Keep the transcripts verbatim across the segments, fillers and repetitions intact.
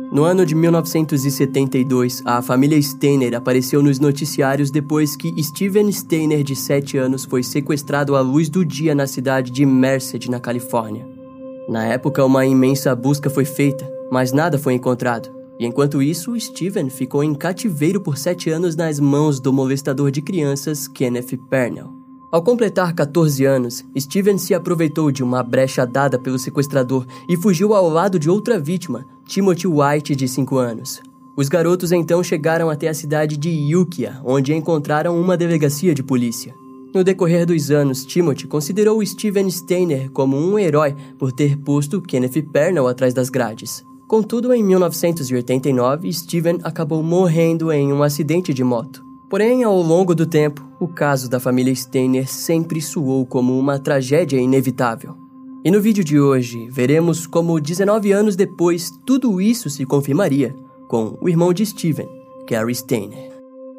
No ano de mil novecentos e setenta e dois, a família Steiner apareceu nos noticiários depois que Steven Steiner, de sete anos, foi sequestrado à luz do dia na cidade de Merced, na Califórnia. Na época, uma imensa busca foi feita, mas nada foi encontrado. E enquanto isso, Steven ficou em cativeiro por sete anos nas mãos do molestador de crianças Kenneth Pernell. Ao completar catorze anos, Steven se aproveitou de uma brecha dada pelo sequestrador e fugiu ao lado de outra vítima, Timothy White, de cinco anos. Os garotos então chegaram até a cidade de Ukiah, onde encontraram uma delegacia de polícia. No decorrer dos anos, Timothy considerou Steven Steiner como um herói por ter posto Kenneth Pernell atrás das grades. Contudo, em mil novecentos e oitenta e nove, Steven acabou morrendo em um acidente de moto. Porém, ao longo do tempo, o caso da família Steiner sempre soou como uma tragédia inevitável. E no vídeo de hoje, veremos como dezenove anos depois tudo isso se confirmaria com o irmão de Steven, Cary Steiner.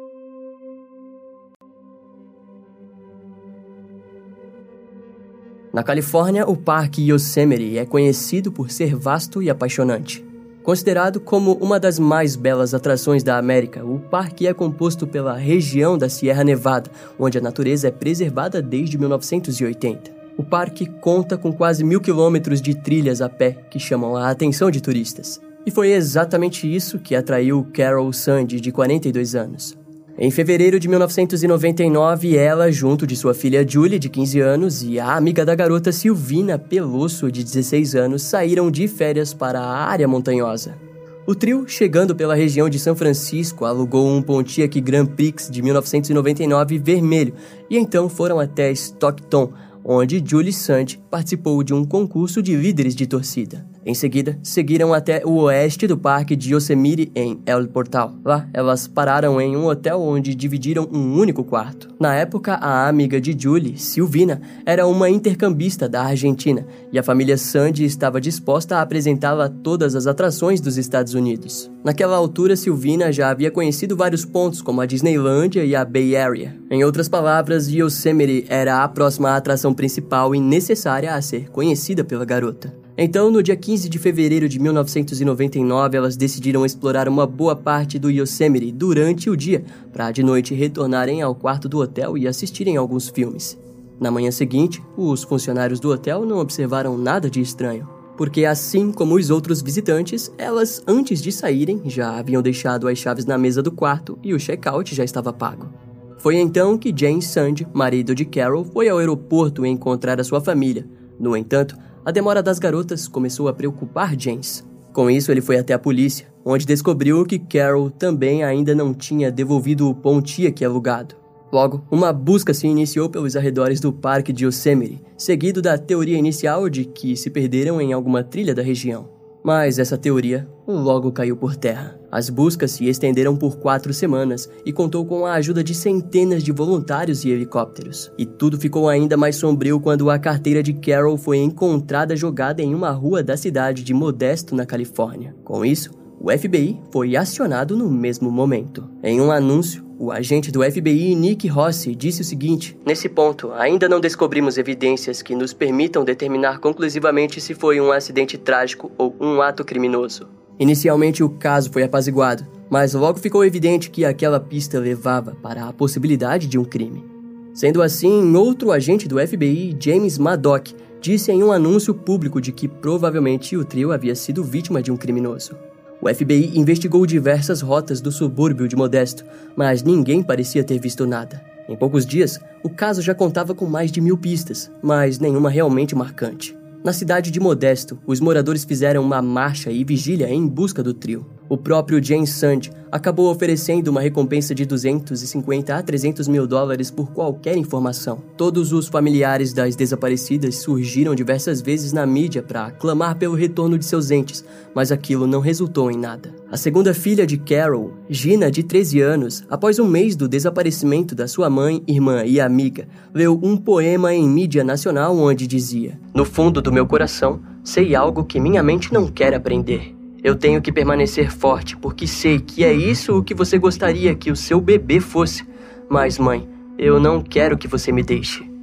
Na Califórnia, o Parque Yosemite é conhecido por ser vasto e apaixonante. Considerado como uma das mais belas atrações da América, o parque é composto pela região da Sierra Nevada, onde a natureza é preservada desde mil novecentos e oitenta. O parque conta com quase mil quilômetros de trilhas a pé que chamam a atenção de turistas. E foi exatamente isso que atraiu Carol Sandy, de quarenta e dois anos. Em fevereiro de mil novecentos e noventa e nove, ela, junto de sua filha Julie, de quinze anos, e a amiga da garota Silvina Pelosso, de dezesseis anos, saíram de férias para a área montanhosa. O trio, chegando pela região de São Francisco, alugou um Pontiac Grand Prix de mil novecentos e noventa e nove vermelho e então foram até Stockton, onde Julie Sandy participou de um concurso de líderes de torcida. Em seguida, seguiram até o oeste do parque de Yosemite em El Portal. Lá, elas pararam em um hotel onde dividiram um único quarto. Na época, a amiga de Julie, Silvina, era uma intercambista da Argentina e a família Sandy estava disposta a apresentá-la a todas as atrações dos Estados Unidos. Naquela altura, Silvina já havia conhecido vários pontos como a Disneylândia e a Bay Area. Em outras palavras, Yosemite era a próxima atração principal e necessária a ser conhecida pela garota. Então, no dia quinze de fevereiro de mil novecentos e noventa e nove, elas decidiram explorar uma boa parte do Yosemite durante o dia, para de noite retornarem ao quarto do hotel e assistirem alguns filmes. Na manhã seguinte, os funcionários do hotel não observaram nada de estranho, porque assim como os outros visitantes, elas, antes de saírem, já haviam deixado as chaves na mesa do quarto e o check-out já estava pago. Foi então que James Sandy, marido de Carol, foi ao aeroporto encontrar a sua família. No entanto, a demora das garotas começou a preocupar James. Com isso, ele foi até a polícia, onde descobriu que Carol também ainda não tinha devolvido o Pontiac alugado. Logo, uma busca se iniciou pelos arredores do parque de Yosemite, seguido da teoria inicial de que se perderam em alguma trilha da região. Mas essa teoria logo caiu por terra. As buscas se estenderam por quatro semanas e contou com a ajuda de centenas de voluntários e helicópteros. E tudo ficou ainda mais sombrio quando a carteira de Carol foi encontrada jogada em uma rua da cidade de Modesto, na Califórnia. Com isso, o F B I foi acionado no mesmo momento. Em um anúncio, o agente do F B I, Nick Rossi, disse o seguinte: "Nesse ponto, ainda não descobrimos evidências que nos permitam determinar conclusivamente se foi um acidente trágico ou um ato criminoso." Inicialmente, o caso foi apaziguado, mas logo ficou evidente que aquela pista levava para a possibilidade de um crime. Sendo assim, outro agente do F B I, James Maddock, disse em um anúncio público de que provavelmente o trio havia sido vítima de um criminoso. O F B I investigou diversas rotas do subúrbio de Modesto, mas ninguém parecia ter visto nada. Em poucos dias, o caso já contava com mais de mil pistas, mas nenhuma realmente marcante. Na cidade de Modesto, os moradores fizeram uma marcha e vigília em busca do trio. O próprio James Sandy acabou oferecendo uma recompensa de duzentos e cinquenta a trezentos mil dólares por qualquer informação. Todos os familiares das desaparecidas surgiram diversas vezes na mídia para clamar pelo retorno de seus entes, mas aquilo não resultou em nada. A segunda filha de Carol, Gina, de treze anos, após um mês do desaparecimento da sua mãe, irmã e amiga, leu um poema em mídia nacional onde dizia: "No fundo do meu coração, sei algo que minha mente não quer aprender. Eu tenho que permanecer forte, porque sei que é isso o que você gostaria que o seu bebê fosse. Mas, mãe, eu não quero que você me deixe."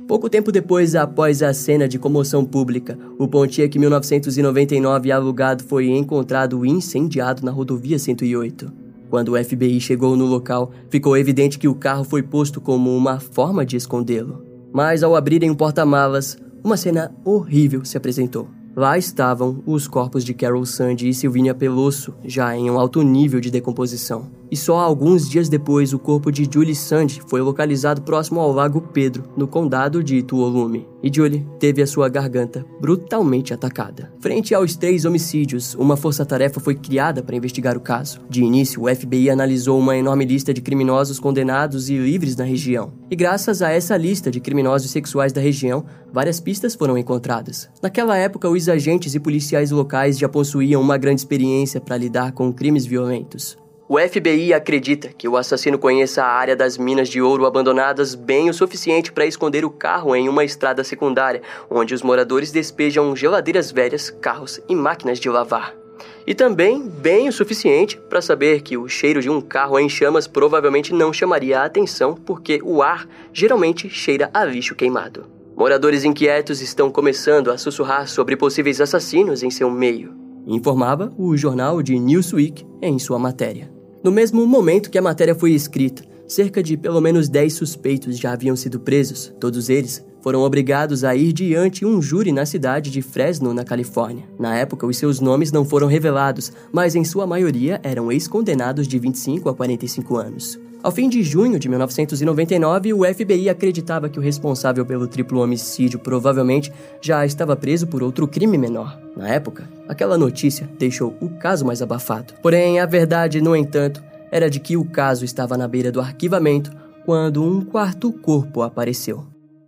Pouco tempo depois, após a cena de comoção pública, o Pontiac mil novecentos e noventa e nove alugado foi encontrado incendiado na rodovia cento e oito. Quando o F B I chegou no local, ficou evidente que o carro foi posto como uma forma de escondê-lo. Mas ao abrirem o porta-malas, uma cena horrível se apresentou. Lá estavam os corpos de Carol Sandy e Sylvania Pelosso, já em um alto nível de decomposição. E só alguns dias depois, o corpo de Julie Sandy foi localizado próximo ao Lago Pedro, no condado de Tuolumne. E Julie teve a sua garganta brutalmente atacada. Frente aos três homicídios, uma força-tarefa foi criada para investigar o caso. De início, o F B I analisou uma enorme lista de criminosos condenados e livres na região. E graças a essa lista de criminosos sexuais da região, várias pistas foram encontradas. Naquela época, os agentes e policiais locais já possuíam uma grande experiência para lidar com crimes violentos. O F B I acredita que o assassino conheça a área das minas de ouro abandonadas bem o suficiente para esconder o carro em uma estrada secundária, onde os moradores despejam geladeiras velhas, carros e máquinas de lavar. E também bem o suficiente para saber que o cheiro de um carro em chamas provavelmente não chamaria a atenção, porque o ar geralmente cheira a lixo queimado. Moradores inquietos estão começando a sussurrar sobre possíveis assassinos em seu meio, informava o jornal de Newsweek em sua matéria. No mesmo momento que a matéria foi escrita, cerca de pelo menos dez suspeitos já haviam sido presos. Todos eles foram obrigados a ir diante um júri na cidade de Fresno, na Califórnia. Na época, os seus nomes não foram revelados, mas em sua maioria eram ex-condenados de vinte e cinco a quarenta e cinco anos. Ao fim de junho de mil novecentos e noventa e nove, o F B I acreditava que o responsável pelo triplo homicídio provavelmente já estava preso por outro crime menor. Na época, aquela notícia deixou o caso mais abafado. Porém, a verdade, no entanto, era de que o caso estava na beira do arquivamento quando um quarto corpo apareceu.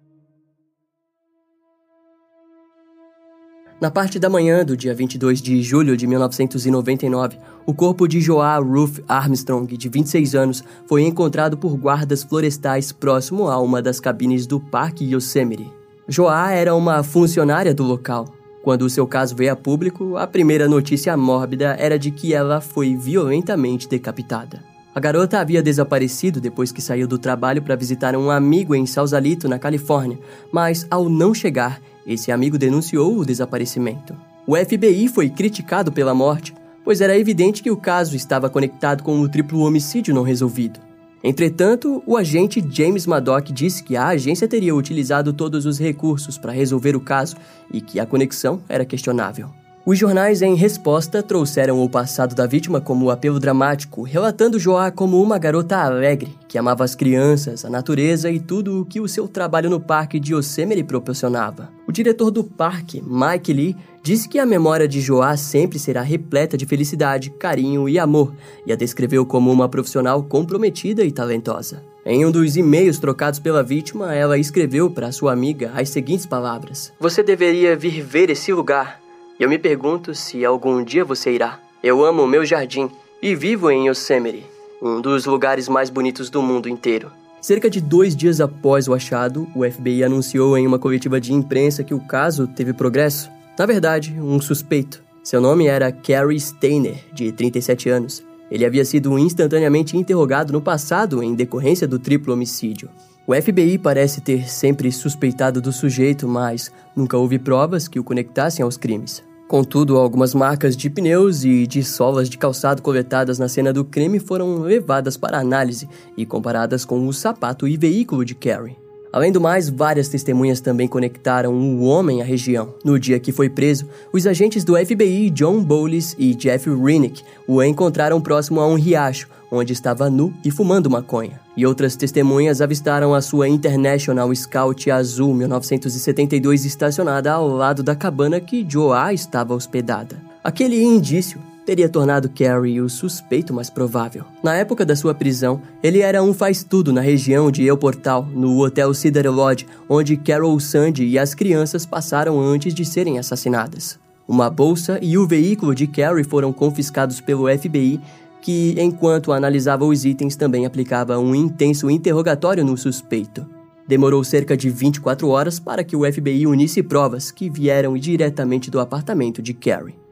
Na parte da manhã do dia vinte e dois de julho de mil novecentos e noventa e nove, o corpo de Joa Ruth Armstrong, de vinte e seis anos, foi encontrado por guardas florestais próximo a uma das cabines do Parque Yosemite. Joa era uma funcionária do local. Quando o seu caso veio a público, a primeira notícia mórbida era de que ela foi violentamente decapitada. A garota havia desaparecido depois que saiu do trabalho para visitar um amigo em Sausalito, na Califórnia, mas ao não chegar, esse amigo denunciou o desaparecimento. O F B I foi criticado pela morte, pois era evidente que o caso estava conectado com o triplo homicídio não resolvido. Entretanto, o agente James Maddock disse que a agência teria utilizado todos os recursos para resolver o caso e que a conexão era questionável. Os jornais, em resposta, trouxeram o passado da vítima como apelo dramático, relatando Joa como uma garota alegre, que amava as crianças, a natureza e tudo o que o seu trabalho no parque de Yosemite proporcionava. O diretor do parque, Mike Lee, disse que a memória de Joa sempre será repleta de felicidade, carinho e amor, e a descreveu como uma profissional comprometida e talentosa. Em um dos e-mails trocados pela vítima, ela escreveu para sua amiga as seguintes palavras: "Você deveria vir ver esse lugar. Eu me pergunto se algum dia você irá. Eu amo o meu jardim e vivo em Yosemite, um dos lugares mais bonitos do mundo inteiro." Cerca de dois dias após o achado, o F B I anunciou em uma coletiva de imprensa que o caso teve progresso. Na verdade, um suspeito. Seu nome era Cary Stayner, de trinta e sete anos. Ele havia sido instantaneamente interrogado no passado em decorrência do triplo homicídio. O F B I parece ter sempre suspeitado do sujeito, mas nunca houve provas que o conectassem aos crimes. Contudo, algumas marcas de pneus e de solas de calçado coletadas na cena do crime foram levadas para análise e comparadas com o sapato e veículo de Cary. Além do mais, várias testemunhas também conectaram o homem à região. No dia que foi preso, os agentes do F B I, John Bowles e Jeff Renick, o encontraram próximo a um riacho, onde estava nu e fumando maconha. E outras testemunhas avistaram a sua International Scout azul mil novecentos e setenta e dois estacionada ao lado da cabana que Joa estava hospedada. Aquele indício teria tornado Cary o suspeito mais provável. Na época da sua prisão, ele era um faz-tudo na região de El Portal, no Hotel Cedar Lodge, onde Carol Sandy e as crianças passaram antes de serem assassinadas. Uma bolsa e o veículo de Cary foram confiscados pelo F B I, que, enquanto analisava os itens, também aplicava um intenso interrogatório no suspeito. Demorou cerca de vinte e quatro horas para que o F B I unisse provas que vieram diretamente do apartamento de Cary.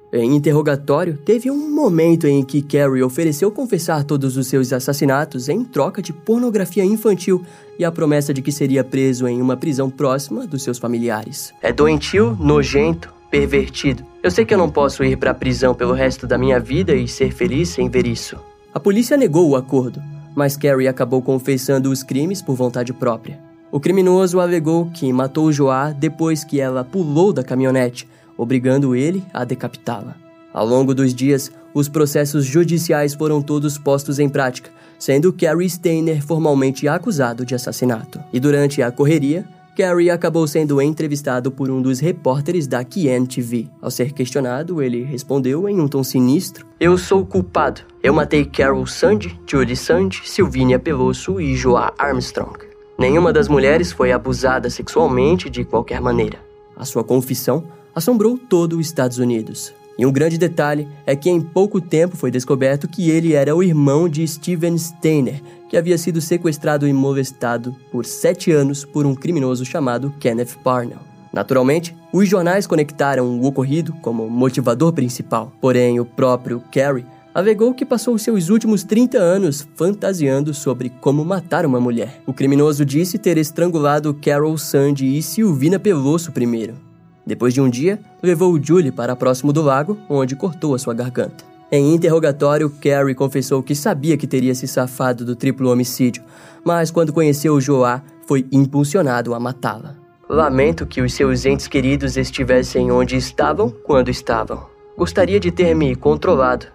Em interrogatório, teve um momento em que Carey ofereceu confessar todos os seus assassinatos em troca de pornografia infantil e a promessa de que seria preso em uma prisão próxima dos seus familiares. É doentio, nojento, pervertido. Eu sei que eu não posso ir para a prisão pelo resto da minha vida e ser feliz sem ver isso. A polícia negou o acordo, mas Carey acabou confessando os crimes por vontade própria. O criminoso alegou que matou Joa depois que ela pulou da caminhonete, obrigando ele a decapitá-la. Ao longo dos dias, os processos judiciais foram todos postos em prática, sendo Cary Stayner formalmente acusado de assassinato. E durante a correria, Cary acabou sendo entrevistado por um dos repórteres da K N T V. Ao ser questionado, ele respondeu em um tom sinistro: "Eu sou o culpado. Eu matei Carol Sandy, Julie Sandy, Sylvania Pelosso e Joa Armstrong. Nenhuma das mulheres foi abusada sexualmente de qualquer maneira." A sua confissão assombrou todo os Estados Unidos. E um grande detalhe é que em pouco tempo foi descoberto que ele era o irmão de Steven Stayner, que havia sido sequestrado e molestado por sete anos por um criminoso chamado Kenneth Parnell. Naturalmente, os jornais conectaram o ocorrido como motivador principal. Porém, o próprio Cary alegou que passou seus últimos trinta anos fantasiando sobre como matar uma mulher. O criminoso disse ter estrangulado Carol Sandy e Sylvina Pelosso primeiro. Depois de um dia, levou Julie para próximo do lago, onde cortou a sua garganta. Em interrogatório, Cary confessou que sabia que teria se safado do triplo homicídio, mas quando conheceu Joa, foi impulsionado a matá-la. "Lamento que os seus entes queridos estivessem onde estavam quando estavam. Gostaria de ter me controlado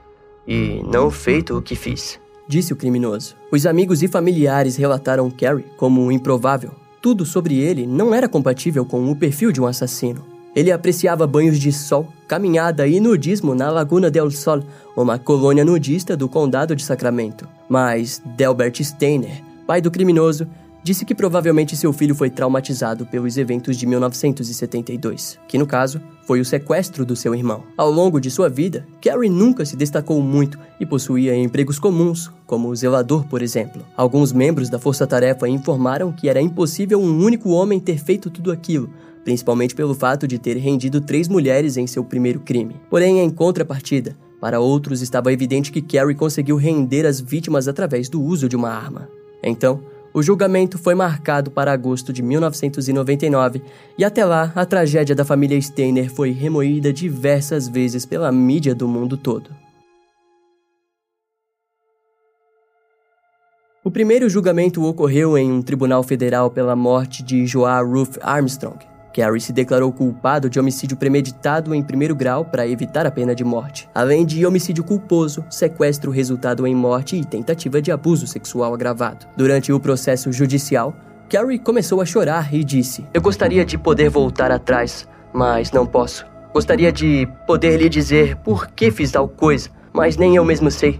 e não feito o que fiz", disse o criminoso. Os amigos e familiares relataram Cary como improvável. Tudo sobre ele não era compatível com o perfil de um assassino. Ele apreciava banhos de sol, caminhada e nudismo na Laguna del Sol, uma colônia nudista do condado de Sacramento. Mas Delbert Stayner, pai do criminoso, disse que provavelmente seu filho foi traumatizado pelos eventos de mil novecentos e setenta e dois, que no caso foi o sequestro do seu irmão. Ao longo de sua vida, Cary nunca se destacou muito e possuía empregos comuns, como zelador, por exemplo. Alguns membros da força-tarefa informaram que era impossível um único homem ter feito tudo aquilo, principalmente pelo fato de ter rendido três mulheres em seu primeiro crime. Porém, em contrapartida, para outros estava evidente que Cary conseguiu render as vítimas através do uso de uma arma. Então, o julgamento foi marcado para agosto de mil novecentos e noventa e nove, e até lá, a tragédia da família Stayner foi remoída diversas vezes pela mídia do mundo todo. O primeiro julgamento ocorreu em um tribunal federal pela morte de Joa Ruth Armstrong. Cary se declarou culpado de homicídio premeditado em primeiro grau para evitar a pena de morte, além de homicídio culposo, sequestro resultado em morte e tentativa de abuso sexual agravado. Durante o processo judicial, Cary começou a chorar e disse: "Eu gostaria de poder voltar atrás, mas não posso. Gostaria de poder lhe dizer por que fiz tal coisa, mas nem eu mesmo sei.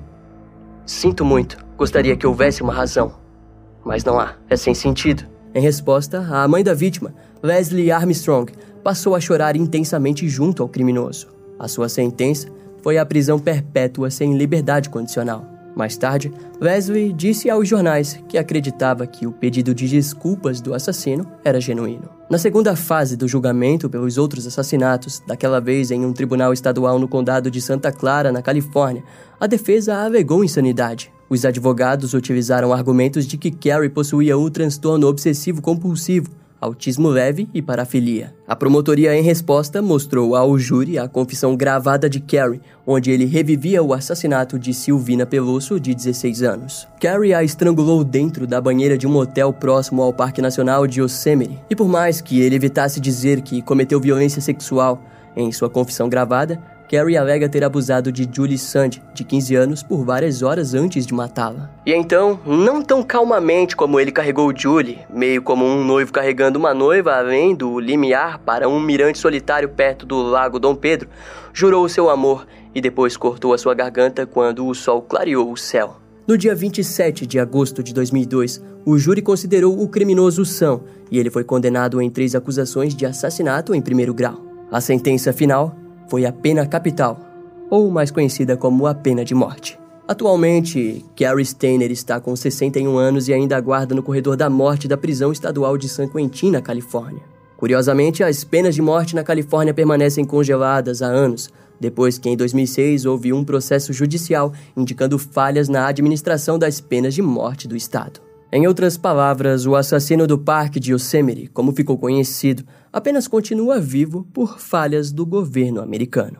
Sinto muito, gostaria que houvesse uma razão, mas não há, é sem sentido." Em resposta, a mãe da vítima, Leslie Armstrong, passou a chorar intensamente junto ao criminoso. A sua sentença foi a prisão perpétua sem liberdade condicional. Mais tarde, Leslie disse aos jornais que acreditava que o pedido de desculpas do assassino era genuíno. Na segunda fase do julgamento pelos outros assassinatos, daquela vez em um tribunal estadual no condado de Santa Clara, na Califórnia, a defesa alegou insanidade. Os advogados utilizaram argumentos de que Cary possuía o transtorno obsessivo-compulsivo, autismo leve e parafilia. A promotoria, em resposta, mostrou ao júri a confissão gravada de Cary, onde ele revivia o assassinato de Sylvina Pelosso, de dezesseis anos. Cary a estrangulou dentro da banheira de um hotel próximo ao Parque Nacional de Yosemite. E por mais que ele evitasse dizer que cometeu violência sexual em sua confissão gravada, Cary alega ter abusado de Julie Sandy, de quinze anos, por várias horas antes de matá-la. E então, não tão calmamente como ele carregou Julie, meio como um noivo carregando uma noiva além do limiar para um mirante solitário perto do Lago Dom Pedro, jurou o seu amor e depois cortou a sua garganta quando o sol clareou o céu. No dia vinte e sete de agosto de dois mil e dois, o júri considerou o criminoso são e ele foi condenado em três acusações de assassinato em primeiro grau. A sentença final foi a pena capital, ou mais conhecida como a pena de morte. Atualmente, Cary Stayner está com sessenta e um anos e ainda aguarda no corredor da morte da prisão estadual de San Quentin, na Califórnia. Curiosamente, as penas de morte na Califórnia permanecem congeladas há anos, depois que em dois mil e seis houve um processo judicial indicando falhas na administração das penas de morte do estado. Em outras palavras, o assassino do Parque de Yosemite, como ficou conhecido, apenas continua vivo por falhas do governo americano.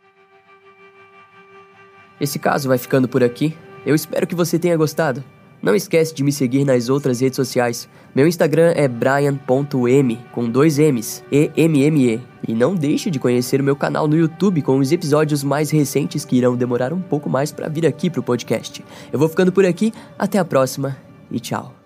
Esse caso vai ficando por aqui. Eu espero que você tenha gostado. Não esquece de me seguir nas outras redes sociais. Meu Instagram é brian ponto m, com dois M's, E M M E. E não deixe de conhecer o meu canal no YouTube com os episódios mais recentes que irão demorar um pouco mais para vir aqui pro podcast. Eu vou ficando por aqui, até a próxima e tchau.